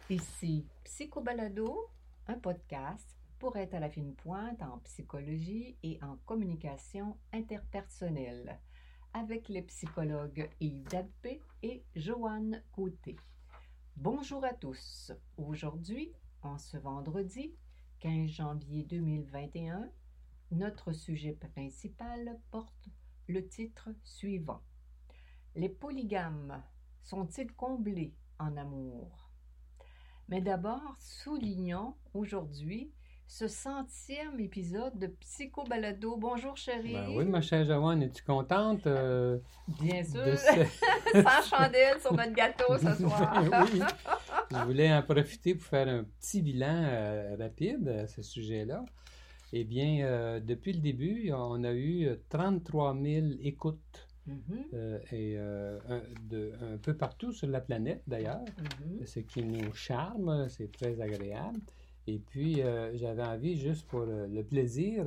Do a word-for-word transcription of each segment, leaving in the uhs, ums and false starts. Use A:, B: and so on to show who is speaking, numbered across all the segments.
A: Ici Psychobalado, un podcast pour être à la fine pointe en psychologie et en communication interpersonnelle avec les psychologues Yves Dagbé et Joanne Côté. Bonjour à tous. Aujourd'hui, en ce vendredi quinze janvier deux mille vingt et un, notre sujet principal porte le titre suivant. Les polygames sont-ils comblés en amour? Mais d'abord, soulignons aujourd'hui ce centième épisode de Psychobalado. Bonjour chérie.
B: Ben oui, ma chère Joanne, es-tu contente? Euh,
A: Bien sûr.
B: de ce...
A: Sans chandelle sur notre gâteau ce soir.
B: Oui, je voulais en profiter pour faire un petit bilan euh, rapide à ce sujet-là. Eh bien, euh, depuis le début, on a eu trente-trois mille écoutes. Mm-hmm. euh, et euh, un, de, un peu partout sur la planète d'ailleurs, mm-hmm. ce qui nous charme, c'est très agréable. Et puis euh, j'avais envie, juste pour euh, le plaisir,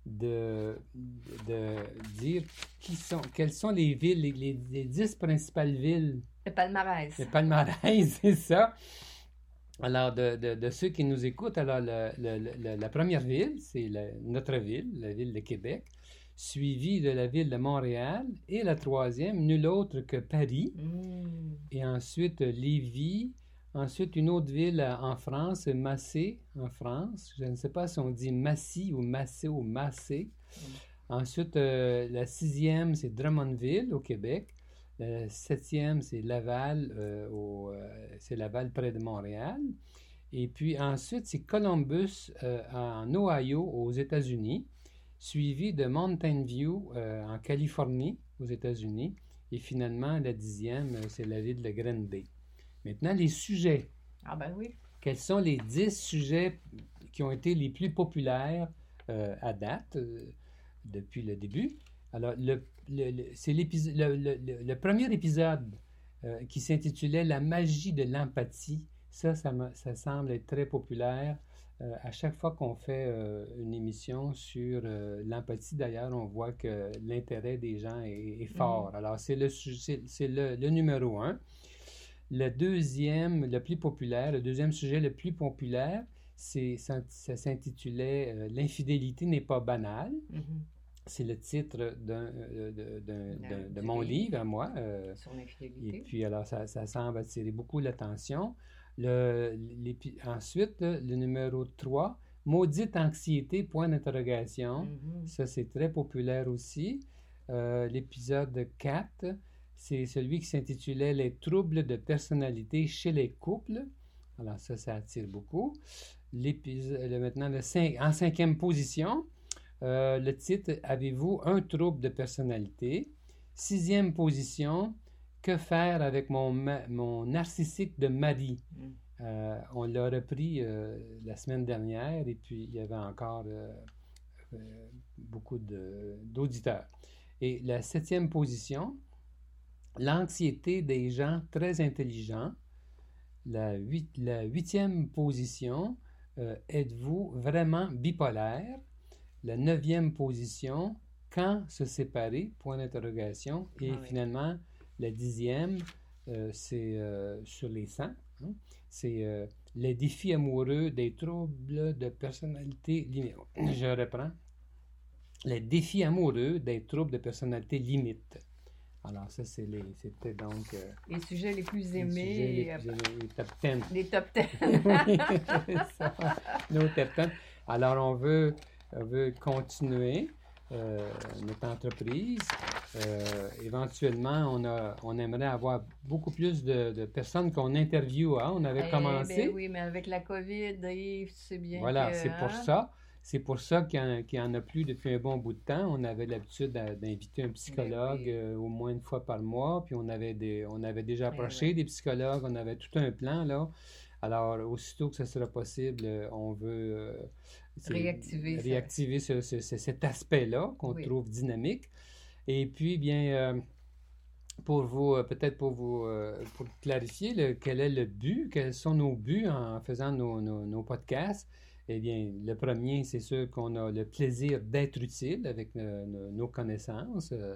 B: de, de, de dire qui sont, quelles sont les villes, les, les, les dix principales villes.
A: Le palmarès.
B: Le palmarès, c'est ça. Alors, de, de, de ceux qui nous écoutent, alors le, le, le, la première ville, c'est la, notre ville, la ville de Québec, suivi de la ville de Montréal, et la troisième, nul autre que Paris, mm. et ensuite Lévis, ensuite une autre ville en France, Massé, en France, je ne sais pas si on dit Massy ou Massé ou Massé, mm. ensuite euh, la sixième, c'est Drummondville, au Québec, la septième, c'est Laval, euh, au, euh, c'est Laval près de Montréal, et puis ensuite, c'est Columbus, euh, en Ohio, aux États-Unis, suivi de Mountain View euh, en Californie, aux États-Unis. Et finalement, la dixième, euh, c'est la ville de Green Bay. Maintenant, les sujets.
A: Ah ben oui.
B: Quels sont les dix sujets qui ont été les plus populaires euh, à date, euh, depuis le début? Alors, le, le, le, c'est l'épisode, le, le, le, le premier épisode euh, qui s'intitulait « La magie de l'empathie ». Ça, ça, me, ça semble être très populaire. Euh, à chaque fois qu'on fait euh, une émission sur euh, l'empathie, d'ailleurs, on voit que l'intérêt des gens est, est fort. Mmh. Alors, c'est, le, c'est, c'est le, le numéro un. Le deuxième, le plus populaire, le deuxième sujet le plus populaire, c'est, ça, ça s'intitulait euh, « L'infidélité n'est pas banale mmh. ». C'est le titre d'un, de, d'un, d'un, de mon livre à moi. Euh,
A: sur l'infidélité.
B: Et puis, alors, ça, ça semble attirer beaucoup l'attention. Le, ensuite, le numéro trois, maudite anxiété, point d'interrogation. Mm-hmm. Ça, c'est très populaire aussi. Euh, l'épisode quatre, c'est celui qui s'intitulait Les troubles de personnalité chez les couples. Alors, ça, ça attire beaucoup. L'épisode, maintenant, le cinq, en cinquième position, euh, le titre Avez-vous un trouble de personnalité? Sixième position, que faire avec mon, ma- mon narcissique de mari? Mm. Euh, on l'a repris euh, la semaine dernière et puis il y avait encore euh, euh, beaucoup de, d'auditeurs. Et la septième position, l'anxiété des gens très intelligents. La, huit, la huitième position, euh, êtes-vous vraiment bipolaire? La neuvième position, quand se séparer? Point d'interrogation. Et ah oui. Finalement, la dixième, euh, c'est euh, sur les cent. Hein? C'est euh, les défis amoureux des troubles de personnalité limite. Je reprends. Les défis amoureux des troubles de personnalité limite. Alors, ça, c'est les, c'était donc... Euh,
A: les sujets les plus aimés.
B: Les, plus aimés, les top dix.
A: Les top dix.
B: Oui, ça, nos top dix. Alors, on veut, on veut continuer euh, notre entreprise. Euh, éventuellement, on, a, on aimerait avoir beaucoup plus de, de personnes qu'on interviewe. Hein? On avait eh commencé.
A: Ben oui, mais avec la COVID, Yves, c'est bien.
B: Voilà,
A: que,
B: c'est
A: hein?
B: pour ça. C'est pour ça qu'il n'y en, en a plus depuis un bon bout de temps. On avait l'habitude d'inviter un psychologue oui. euh, au moins une fois par mois. Puis on avait, des, on avait déjà approché oui. des psychologues. On avait tout un plan, là. Alors, aussitôt que ce sera possible, on veut euh,
A: réactiver,
B: réactiver ce, ce, ce, cet aspect-là qu'on oui. trouve dynamique. Et puis, bien, euh, pour vous, euh, peut-être pour vous euh, pour clarifier le, quel est le but, quels sont nos buts en faisant nos, nos, nos podcasts. Eh bien, le premier, c'est sûr qu'on a le plaisir d'être utile avec euh, nos, nos connaissances, euh,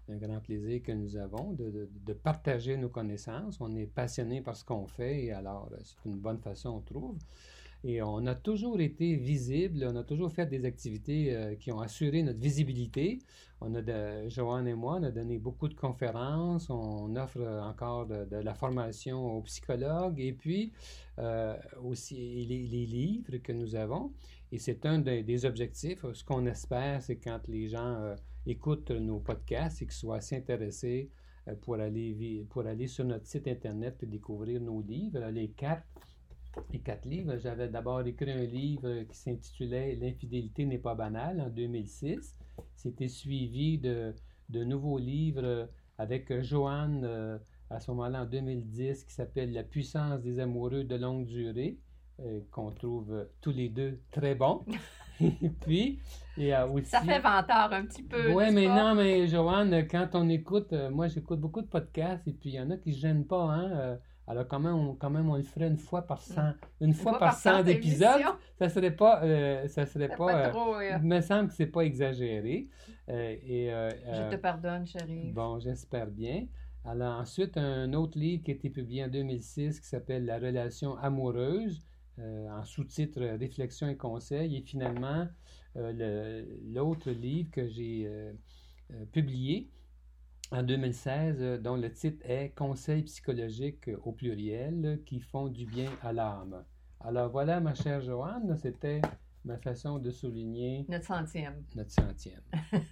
B: un grand plaisir que nous avons de, de, de partager nos connaissances. On est passionné par ce qu'on fait et alors c'est une bonne façon, on trouve. Et on a toujours été visible, on a toujours fait des activités euh, qui ont assuré notre visibilité. On a de, Joanne et moi, on a donné beaucoup de conférences, on offre encore de, de la formation aux psychologues et puis euh, aussi les, les livres que nous avons. Et c'est un des, des objectifs. Ce qu'on espère, c'est quand les gens euh, écoutent nos podcasts et qu'ils soient assez intéressés euh, pour, aller, pour aller sur notre site Internet et découvrir nos livres, les quatre. Les quatre livres. J'avais d'abord écrit un livre qui s'intitulait « L'infidélité n'est pas banale » en deux mille six. C'était suivi de, de nouveaux livres avec Joanne euh, à ce moment-là en deux mille dix qui s'appelle « La puissance des amoureux de longue durée euh, » qu'on trouve tous les deux très bons. Et puis, il y a aussi...
A: Ça fait venteur un petit peu.
B: Oui, mais
A: pas?
B: non, mais Joanne, quand on écoute, euh, moi j'écoute beaucoup de podcasts et puis il y en a qui ne se gênent pas, hein. Euh, alors quand même, on, quand même, on le ferait une fois par cent, une, une fois, fois par cent d'épisodes, ça serait pas, euh, ça serait pas,
A: pas
B: euh,
A: trop, euh...
B: il me semble que c'est pas exagéré. Euh, et, euh,
A: Je te pardonne, chérie.
B: Bon, j'espère bien. Alors ensuite, un autre livre qui a été publié en deux mille six qui s'appelle La relation amoureuse, euh, en sous-titre Réflexion et conseils. Et finalement, euh, le, l'autre livre que j'ai euh, euh, publié en deux mille seize, euh, dont le titre est « Conseils psychologiques euh, au pluriel euh, qui font du bien à l'âme ». Alors voilà, ma chère Joanne, c'était ma façon de souligner...
A: Notre centième.
B: Notre centième.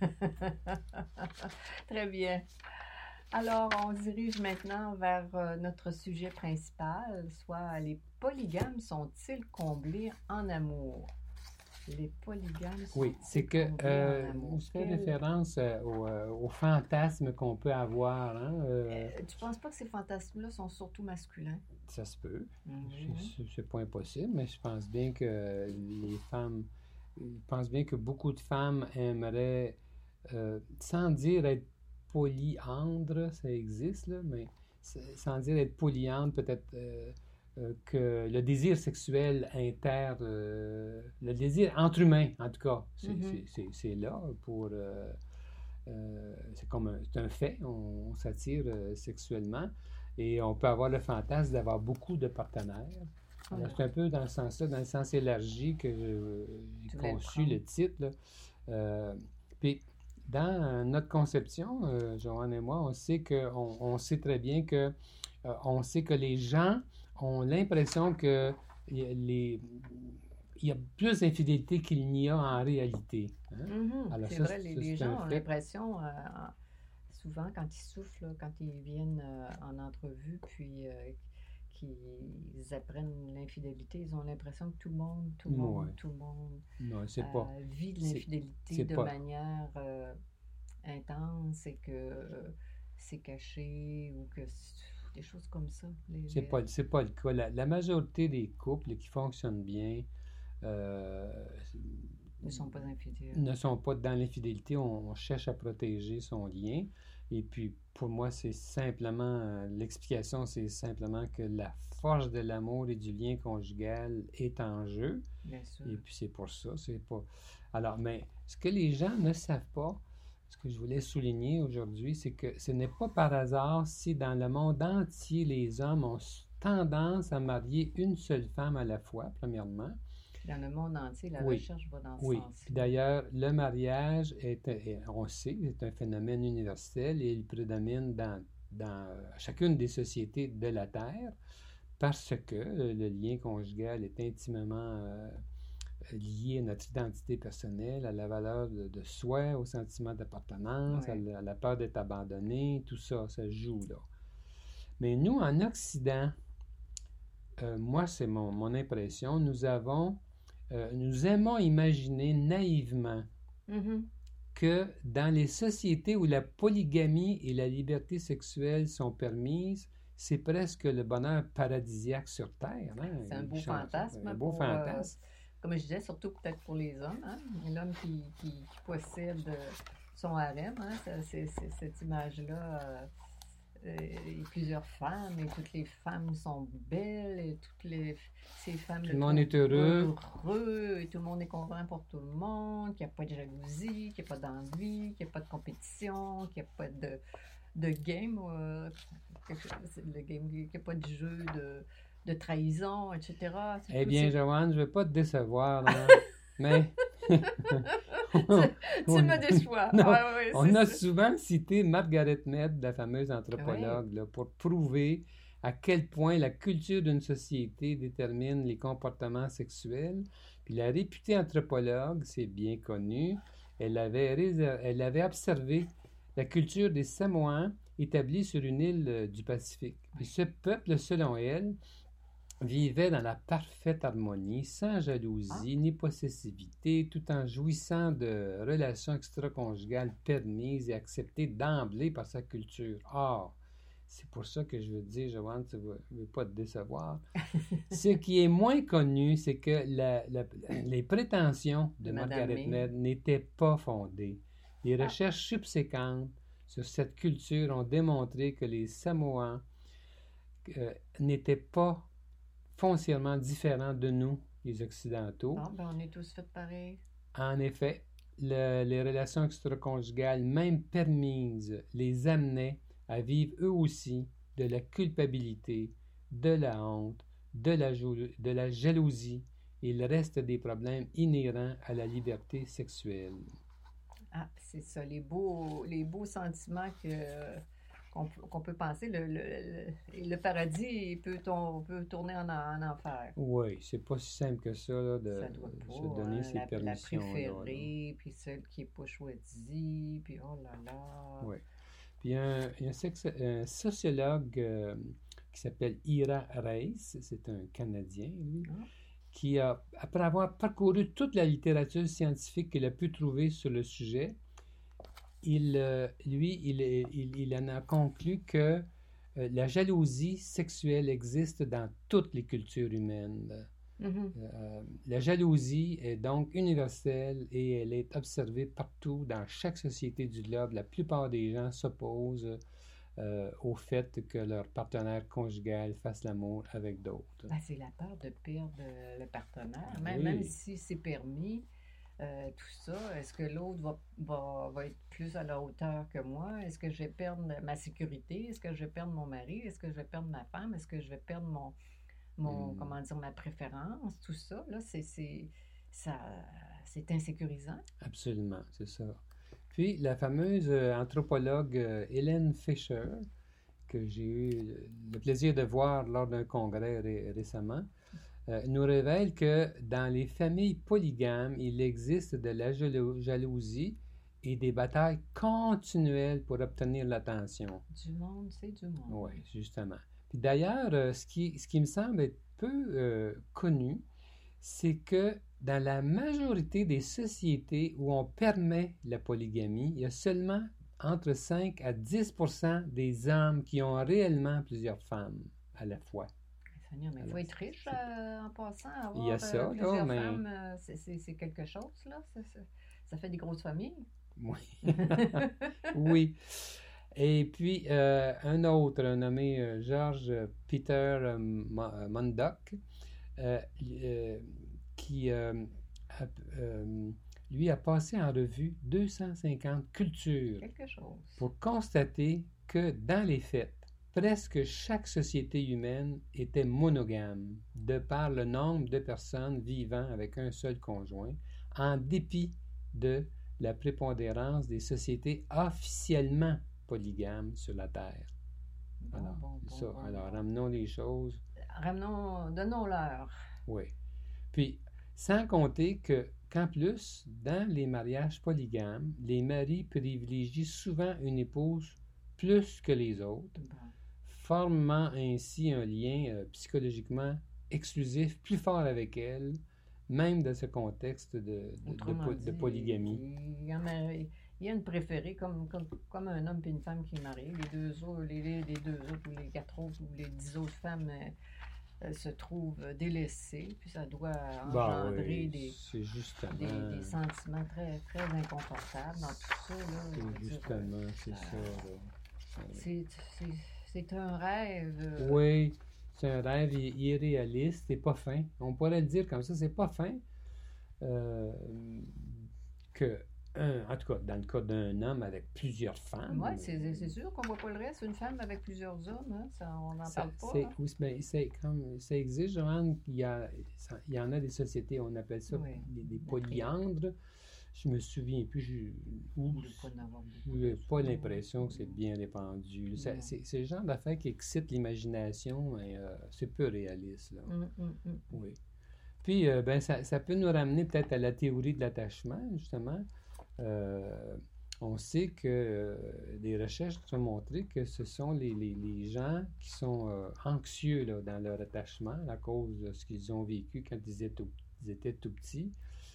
A: Très bien. Alors, on se dirige maintenant vers euh, notre sujet principal, soit les polygames sont-ils comblés en amour? Les polygames sont
B: Oui, c'est que euh, je fais
A: Quel...
B: référence euh, au, euh, au fantasme qu'on peut avoir. Hein, euh...
A: Euh, tu ne penses pas que ces fantasmes-là sont surtout masculins?
B: Ça se peut.
A: Mm-hmm.
B: C'est pas impossible, mais je pense bien que les femmes, je pense bien que beaucoup de femmes aimeraient, euh, sans dire être polyandre, ça existe, là, mais sans dire être polyandre, peut-être... Euh, Euh, que le désir sexuel inter... Euh, le désir entre humains, en tout cas, c'est, mm-hmm. c'est, c'est, c'est là pour... Euh, euh, c'est comme un, c'est un fait, on, on s'attire euh, sexuellement et on peut avoir le fantasme d'avoir beaucoup de partenaires. Alors, c'est un peu dans le sens-là, dans le sens élargi que je, j'ai conçu le titre. Là. Euh, puis, dans notre conception, euh, Joanne et moi, on sait, que, on, on sait très bien que euh, on sait que les gens ont l'impression que les, il y a plus d'infidélité qu'il n'y a en réalité. Hein?
A: Mm-hmm. Alors, c'est ça, vrai, les, les gens ont l'impression, euh, souvent quand ils souffrent, là, quand ils viennent euh, en entrevue, puis euh, qu'ils apprennent l'infidélité, ils ont l'impression que tout le monde, tout le monde, ouais. tout le monde
B: non, c'est
A: euh,
B: pas,
A: vit de l'infidélité
B: c'est, c'est
A: de
B: pas.
A: manière euh, intense et que euh, c'est caché ou que... des choses comme ça. Les,
B: c'est,
A: les...
B: pas, c'est pas le cas. La, la majorité des couples qui fonctionnent bien euh,
A: ne sont pas infidèles.
B: Ne sont pas dans l'infidélité. On, on cherche à protéger son lien. Et puis, pour moi, c'est simplement... Euh, l'explication, c'est simplement que la force de l'amour et du lien conjugal est en jeu.
A: Bien sûr.
B: Et puis, c'est pour ça. C'est pas... Alors, mais ce que les gens ne savent pas, ce que je voulais souligner aujourd'hui, c'est que ce n'est pas par hasard si dans le monde entier, les hommes ont tendance à marier une seule femme à la fois, premièrement.
A: Dans le monde entier, la
B: oui.
A: recherche va dans ce
B: oui.
A: sens.
B: Puis d'ailleurs, le mariage, est, est, on sait, c'est un phénomène universel et il prédomine dans, dans chacune des sociétés de la Terre parce que le lien conjugal est intimement... Euh, lié à notre identité personnelle, à la valeur de, de soi, au sentiment d'appartenance, oui. à, la, à la peur d'être abandonné, tout ça, ça joue là. Mais nous, en Occident, euh, moi, c'est mon, mon impression, nous avons, euh, nous aimons imaginer naïvement
A: mm-hmm.
B: que dans les sociétés où la polygamie et la liberté sexuelle sont permises, c'est presque le bonheur paradisiaque sur Terre. Hein?
A: C'est un beau
B: change,
A: fantasme.
B: Un beau
A: pour,
B: fantasme.
A: Euh... Comme je disais, surtout peut-être pour les hommes, hein? L'homme qui, qui, qui possède son harem, hein? c'est, c'est, c'est cette image-là euh, euh, plusieurs femmes, et toutes les femmes sont belles, et toutes les, ces femmes...
B: Tout le monde est heureux.
A: heureux, et tout le monde est content pour tout le monde, qu'il n'y a pas de jalousie, qu'il n'y a pas d'envie, qu'il n'y a pas de compétition, qu'il n'y a pas de, de game, euh, le game, qu'il n'y a pas de jeu de, de trahison, et cetera.
B: Eh bien,
A: ces...
B: Joanne, je ne vais pas te décevoir, hein, mais...
A: tu tu me déçois.
B: Non,
A: ouais, ouais,
B: on a
A: ça.
B: souvent cité Margaret Mead, la fameuse anthropologue, ouais. là, pour prouver à quel point la culture d'une société détermine les comportements sexuels. Puis la réputée anthropologue, c'est bien connu, elle avait, réser- elle avait observé la culture des Samoans établie sur une île euh, du Pacifique. Puis ce peuple, selon elle, vivait dans la parfaite harmonie, sans jalousie
A: Ah.
B: ni possessivité, tout en jouissant de relations extra-conjugales permises et acceptées d'emblée par sa culture. Or, c'est pour ça que je veux te dire, Joanne, tu ne veux, veux pas te décevoir. Ce qui est moins connu, c'est que la, la, les prétentions de, de Margaret Mead n'étaient pas fondées. Les recherches ah. subséquentes sur cette culture ont démontré que les Samoans euh, n'étaient pas foncièrement différents de nous, les Occidentaux.
A: Ah, ben on est tous faits pareil.
B: En effet, le, les relations extra-conjugales, même permises, les amenaient à vivre eux aussi de la culpabilité, de la honte, de la, de la jalousie et le reste des problèmes inhérents à la liberté sexuelle.
A: Ah, c'est ça, les beaux, les beaux sentiments que... Qu'on, qu'on peut penser, le, le, le, le paradis peut, ton, peut tourner en, en enfer.
B: Oui, c'est pas si simple que ça, là, de
A: ça doit pas,
B: se donner
A: hein,
B: ces
A: la,
B: permissions.
A: La préférée, puis celle qui n'est pas choisie, puis oh là là.
B: Oui. Puis il y a un, il y a un, sexe, un sociologue euh, qui s'appelle Ira Reiss, c'est un Canadien, lui, ah. qui a, après avoir parcouru toute la littérature scientifique qu'il a pu trouver sur le sujet, Il, euh, lui, il, il, il en a conclu que euh, la jalousie sexuelle existe dans toutes les cultures humaines. Mm-hmm. Euh, la jalousie est donc universelle et elle est observée partout, dans chaque société du globe. La plupart des gens s'opposent euh, au fait que leur partenaire conjugal fasse l'amour avec d'autres.
A: Ben, c'est la peur de perdre le partenaire, même, oui. même si c'est permis. Euh, tout ça, est-ce que l'autre va, va, va être plus à la hauteur que moi? Est-ce que je vais perdre ma sécurité? Est-ce que je vais perdre mon mari? Est-ce que je vais perdre ma femme? Est-ce que je vais perdre mon, mon mm. comment dire, ma préférence? Tout ça, là, c'est, c'est, ça, c'est insécurisant.
B: Absolument, c'est ça. Puis, la fameuse euh, anthropologue euh, Hélène Fisher, que j'ai eu le plaisir de voir lors d'un congrès ré- récemment, Euh, nous révèle que dans les familles polygames, il existe de la jalo- jalousie et des batailles continuelles pour obtenir l'attention.
A: Du monde, c'est du monde.
B: Oui, justement. Puis d'ailleurs, euh, ce, qui, ce qui me semble être peu euh, connu, c'est que dans la majorité des sociétés où on permet la polygamie, il y a seulement entre cinq à dix pour cent des hommes qui ont réellement plusieurs femmes à la fois.
A: Seigneur, mais il faut être riche euh, en passant. Avoir,
B: il y a ça,
A: euh, plusieurs
B: là, mais...
A: femmes, euh, c'est, c'est, c'est quelque chose, là. Ça, ça, ça fait des grosses familles.
B: Oui. Oui. Et puis, euh, un autre nommé euh, George Peter euh, Murdoch, euh, euh, qui, euh, a, euh, lui, a passé en revue deux cent cinquante cultures
A: quelque chose.
B: Pour constater que, dans les faits, presque chaque société humaine était monogame, de par le nombre de personnes vivant avec un seul conjoint, en dépit de la prépondérance des sociétés officiellement polygames sur la Terre.
A: Bon,
B: alors,
A: bon, bon,
B: ça,
A: bon,
B: alors
A: bon.
B: ramenons les choses.
A: Ramenons, donnons-leur.
B: Oui. Puis, sans compter que, qu'en plus, dans les mariages polygames, les maris privilégient souvent une épouse plus que les autres,
A: Bon.
B: formant ainsi un lien euh, psychologiquement exclusif, plus fort avec elle, même dans ce contexte de, de, de, de, de polygamie.
A: Il y, en a, il y a une préférée, comme, comme, comme un homme et une femme qui est marié. Les deux autres, les, les deux autres, ou les quatre autres, ou les dix autres femmes euh, euh, se trouvent délaissées, puis ça doit engendrer
B: bah oui,
A: des,
B: c'est justement...
A: des, des sentiments très, très inconfortables dans tout ça. Là,
B: c'est justement,
A: dire,
B: c'est
A: euh,
B: ça. Là.
A: C'est, c'est, c'est un rêve.
B: Oui, c'est un rêve irréaliste, c'est pas fin. On pourrait le dire comme ça, c'est pas fin. Euh, que, un, en tout cas, dans le cas d'un homme avec plusieurs femmes.
A: Oui, c'est, c'est sûr qu'on voit pas le reste. Une femme avec plusieurs hommes, hein, ça, on n'en
B: ça,
A: parle pas.
B: C'est,
A: Hein?
B: oui, mais c'est comme, ça existe, Joanne, il y, a, ça, il y en a des sociétés, on appelle ça
A: Oui,
B: des, des polyandres. Je me souviens plus, je n'ai pas l'impression que c'est bien répandu. C'est, c'est, c'est le genre d'affaires qui excite l'imagination, mais euh, c'est peu réaliste. Là.
A: Mm, mm, mm.
B: Oui. Puis, euh, ben, ça, ça peut nous ramener peut-être à la théorie de l'attachement, justement. Euh, on sait que euh, des recherches ont montré que ce sont les, les, les gens qui sont euh, anxieux là, dans leur attachement à cause de ce qu'ils ont vécu quand ils étaient tout, ils étaient tout petits.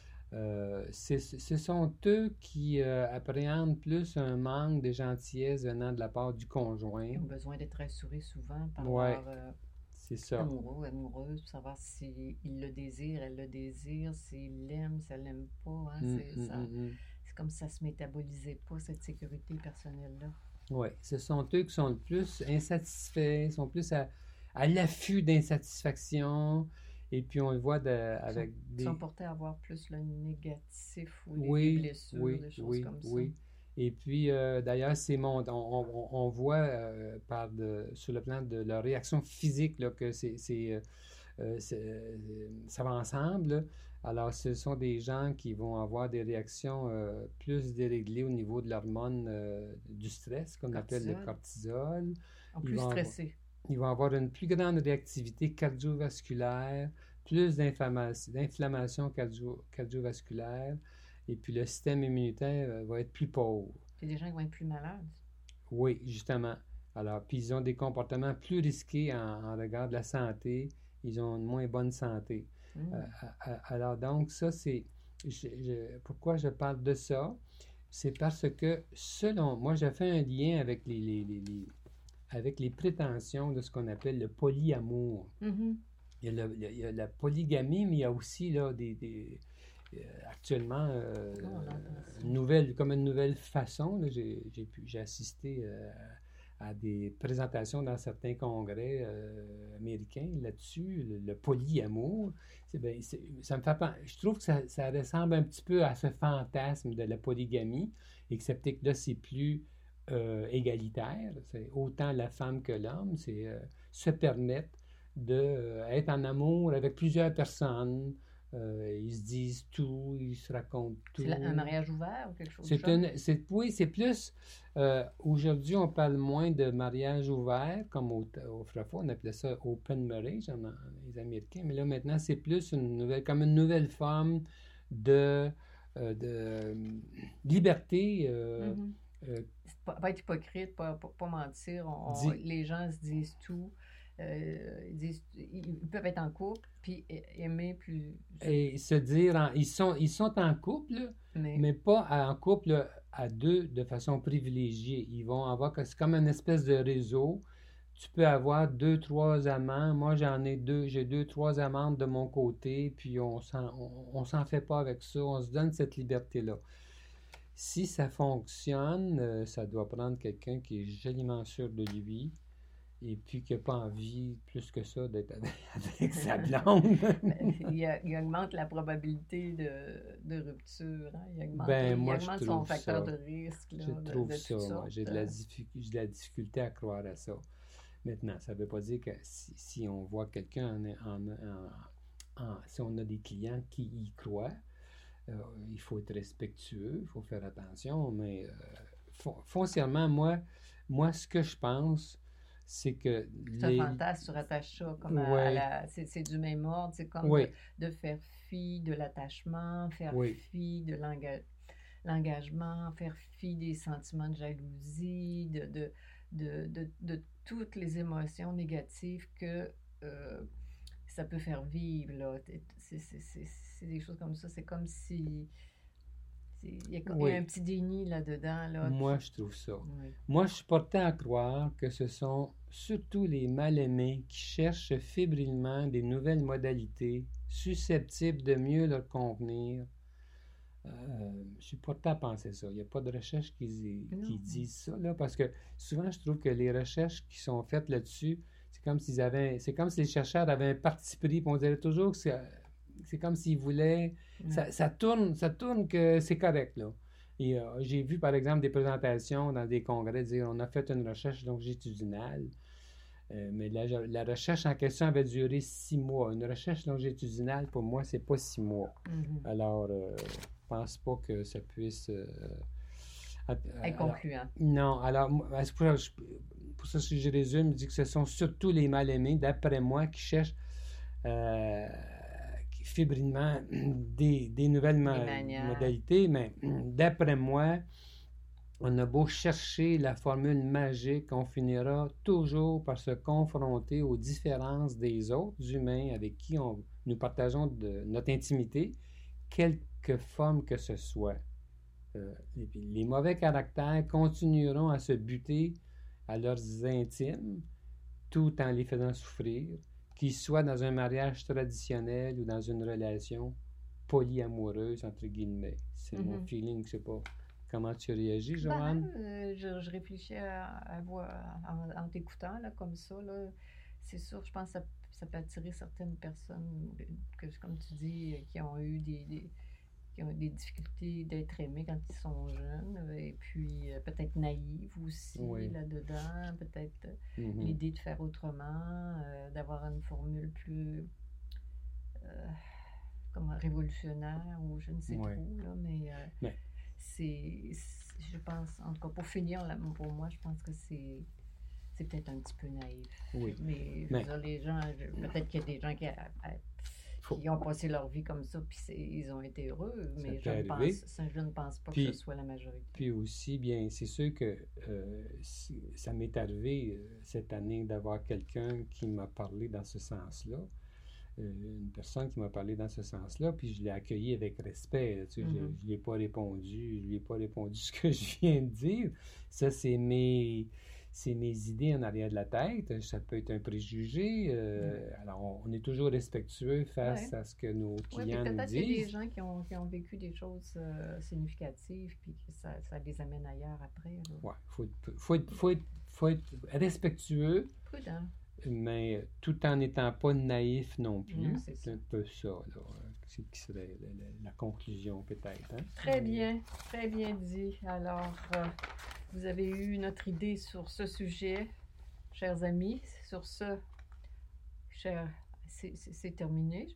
B: Euh, c'est, ce sont eux qui euh, appréhendent plus un manque de gentillesse venant de la part du conjoint.
A: Ils ont besoin d'être rassurés souvent par
B: ouais,
A: leur euh,
B: c'est ça.
A: amoureux ou amoureuse pour savoir s'il le désire, elle le désire, s'il l'aime, si elle l'aime pas. Hein,
B: Mm,
A: c'est,
B: mm,
A: ça,
B: mm, mm.
A: c'est comme si ça se métabolisait pas, cette sécurité personnelle-là.
B: Oui, ce sont eux qui sont le plus insatisfaits, sont plus à, à l'affût d'insatisfaction. Et puis on le voit de, avec
A: ils sont,
B: des...
A: Ils sont portés à voir plus le négatif ou les,
B: oui,
A: les blessures,
B: oui,
A: des choses
B: oui,
A: comme ça.
B: Oui. Et puis euh, d'ailleurs, c'est mon, on, on, on voit euh, par de, sur le plan de leur réaction physique là, que c'est, c'est, euh, c'est, euh, ça va ensemble. Là. Alors, ce sont des gens qui vont avoir des réactions euh, plus déréglées au niveau de l'hormone euh, du stress, qu'on appelle le cortisol.
A: En plus stressés.
B: Avoir, ils vont avoir une plus grande réactivité cardiovasculaire, plus d'inflammation, d'inflammation cardio, cardiovasculaire, et puis le système immunitaire euh, va être plus pauvre.
A: C'est des gens qui vont être plus malades.
B: Oui, justement. Alors, puis ils ont des comportements plus risqués en, en regard de la santé. Ils ont une moins bonne santé. Mmh. Euh, alors, donc, ça, c'est... Je, je, pourquoi je parle de ça? C'est parce que, selon... Moi, j'ai fait un lien avec les, les, les, les, avec les prétentions de ce qu'on appelle le polyamour.
A: Mmh.
B: Il, y a le, il y a la polygamie, mais il y a aussi là, des... des euh, actuellement, euh, oh, une nouvelle, comme une nouvelle façon, là, j'ai, j'ai, pu, j'ai assisté euh, à des présentations dans certains congrès euh, américains là-dessus, le, le polyamour. C'est, ben, c'est, ça me fait, je trouve que ça, ça ressemble un petit peu à ce fantasme de la polygamie, excepté que là, c'est plus euh, égalitaire. C'est autant la femme que l'homme. C'est euh, se permettre d'être en amour avec plusieurs personnes. Euh, ils se disent tout, ils se racontent tout.
A: C'est un mariage ouvert ou quelque chose
B: c'est
A: de
B: une, c'est, Oui, c'est plus... Euh, aujourd'hui, on parle moins de mariage ouvert, comme au, autrefois, on appelait ça open marriage, en, les Américains, mais là, maintenant, c'est plus une nouvelle, comme une nouvelle forme de, euh, de euh, liberté. Euh,
A: mm-hmm. euh, pas, pas être hypocrite, pas, pas, pas mentir. On,
B: dit,
A: on, les gens se disent tout. Euh, ils, disent, ils peuvent être en couple puis aimer plus
B: et se dire en, ils sont ils sont en couple mais, mais pas en couple à deux de façon privilégiée. Ils vont avoir, c'est comme une espèce de réseau. Tu peux avoir deux trois amants. Moi j'en ai deux, j'ai deux trois amantes de mon côté, puis on s'en on, on s'en fait pas avec ça, on se donne cette liberté là. Si ça fonctionne, ça doit prendre quelqu'un qui est joliment sûr de lui et puis qui n'a pas envie plus que ça d'être avec, avec sa blonde.
A: il, a, il augmente la probabilité de, de rupture. Hein? Il augmente,
B: ben,
A: il
B: moi,
A: augmente
B: je
A: son facteur
B: ça.
A: de risque. Là,
B: je
A: de,
B: trouve
A: de
B: ça. Moi, j'ai, de la diffi- j'ai de la difficulté à croire à ça. Maintenant, ça ne veut pas dire que si, si on voit quelqu'un en, en, en, en... Si on a des clients qui y croient, euh, il faut être respectueux, il faut faire attention, mais euh, foncièrement, moi, moi, ce que je pense, c'est que...
A: C'est les... un fantasme, tu rattaches ça comme à,
B: ouais.
A: à la... C'est, c'est du même ordre, c'est comme
B: oui.
A: de, de faire fi de l'attachement, faire
B: oui.
A: fi de l'enga... l'engagement, faire fi des sentiments de jalousie, de, de, de, de, de toutes les émotions négatives que euh, ça peut faire vivre. Là. C'est, c'est, c'est, c'est des choses comme ça, c'est comme si... Il y, a, oui. il y a un petit déni là-dedans. Là,
B: Moi,
A: qui...
B: je trouve ça.
A: Oui.
B: Moi, je suis porté à croire que ce sont surtout les mal-aimés qui cherchent fébrilement des nouvelles modalités susceptibles de mieux leur convenir Euh, je suis porté à penser ça. Il n'y a pas de recherche qui, qui disent ça, là, parce que souvent, je trouve que les recherches qui sont faites là-dessus, c'est comme s'ils avaient, c'est comme si les chercheurs avaient un parti pris, puis on dirait toujours que c'est, c'est comme s'ils voulaient, ouais. ça, ça tourne, ça tourne que c'est correct, là. Et euh, j'ai vu, par exemple, des présentations dans des congrès dire, on a fait une recherche longitudinale, euh, mais la, la recherche en question avait duré six mois. Une recherche longitudinale, pour moi, c'est pas six mois. Mm-hmm. Alors, euh, je pense pas que ça puisse euh,
A: être concluant.
B: Non, alors, pour, pour ça, si je résume, je dis que ce sont surtout les mal-aimés, d'après moi, qui cherchent euh, fébrilement des, des nouvelles des modalités, mais d'après moi, on a beau chercher la formule magique, on finira toujours par se confronter aux différences des autres humains avec qui on, nous partageons de, notre intimité, quelque forme que ce soit. Euh, les, les mauvais caractères continueront à se buter à leurs intimes tout en les faisant souffrir, qu'ils soient dans un mariage traditionnel ou dans une relation polyamoureuse, entre guillemets. C'est mm-hmm. mon feeling, je sais pas. Comment tu réagis, Joanne?
A: Ben, euh, je, je réfléchis à, à voir, en, en t'écoutant, là, comme ça, là. C'est sûr, je pense que ça, ça peut attirer certaines personnes, que, comme tu dis, qui ont eu des, des, qui ont des difficultés d'être aimés quand ils sont jeunes, et puis euh, peut-être naïves aussi, oui. là-dedans, peut-être mm-hmm. l'idée de faire autrement, euh, d'avoir une formule plus euh, comme révolutionnaire, ou je ne sais oui. trop, là, mais... Euh, mais... C'est, c'est, je pense, en tout cas, pour finir, là, pour moi, je pense que c'est, c'est peut-être un petit peu naïf.
B: Oui.
A: Mais, je mais... veux dire, les gens, peut-être qu'il y a des gens qui, à, à, qui ont passé leur vie comme ça, puis ils ont été heureux, mais je ne, pense, je ne pense pas puis, que ce soit la majorité.
B: Puis aussi, bien, c'est sûr que euh, ça m'est arrivé euh, cette année d'avoir quelqu'un qui m'a parlé dans ce sens-là. Une personne qui m'a parlé dans ce sens-là, puis je l'ai accueilli avec respect. Là, tu sais, mm-hmm. Je ne lui ai pas répondu, je lui ai pas répondu ce que je viens de dire. Ça, c'est mes, c'est mes idées en arrière de la tête. Ça peut être un préjugé. Euh, mm-hmm. Alors, on, on est toujours respectueux face ouais. à ce que nos clients
A: ouais,
B: nous
A: peut-être
B: disent.
A: Peut-être qu'il y a des gens qui ont, qui ont vécu des choses euh, significatives, puis que ça, ça les amène ailleurs après.
B: Oui, il faut, faut, être, faut, être, faut être respectueux.
A: Prudent.
B: Mais tout en n'étant pas naïf non plus.
A: Non, c'est,
B: c'est un peu ça, là, c'est qui serait la, la, la conclusion peut-être. Hein?
A: Très bien, très bien dit. Alors, euh, vous avez eu notre idée sur ce sujet, chers amis. Sur ce, cher, c'est, c'est, c'est terminé.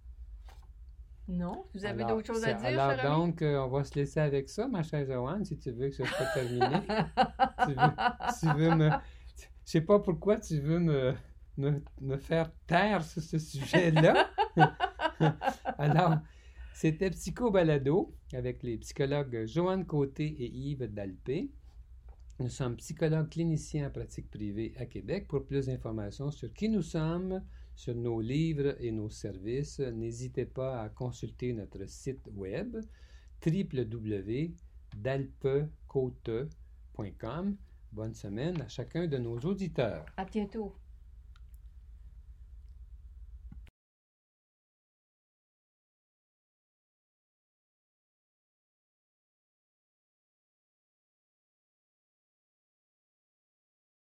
A: Non? Vous avez alors, d'autres choses à dire,
B: alors
A: cher
B: donc,
A: ami?
B: Euh, on va se laisser avec ça, ma chère Joanne, si tu veux que ce soit terminé. tu, veux, tu veux me... Je sais pas pourquoi tu veux me, me, me faire taire sur ce sujet-là. Alors, c'était Psycho Balado avec les psychologues Joanne Côté et Yves Dalpé. Nous sommes psychologues cliniciens en pratique privée à Québec. Pour plus d'informations sur qui nous sommes, sur nos livres et nos services, n'hésitez pas à consulter notre site web w w w point dalpecote point com. Bonne semaine à chacun de nos auditeurs.
A: À bientôt.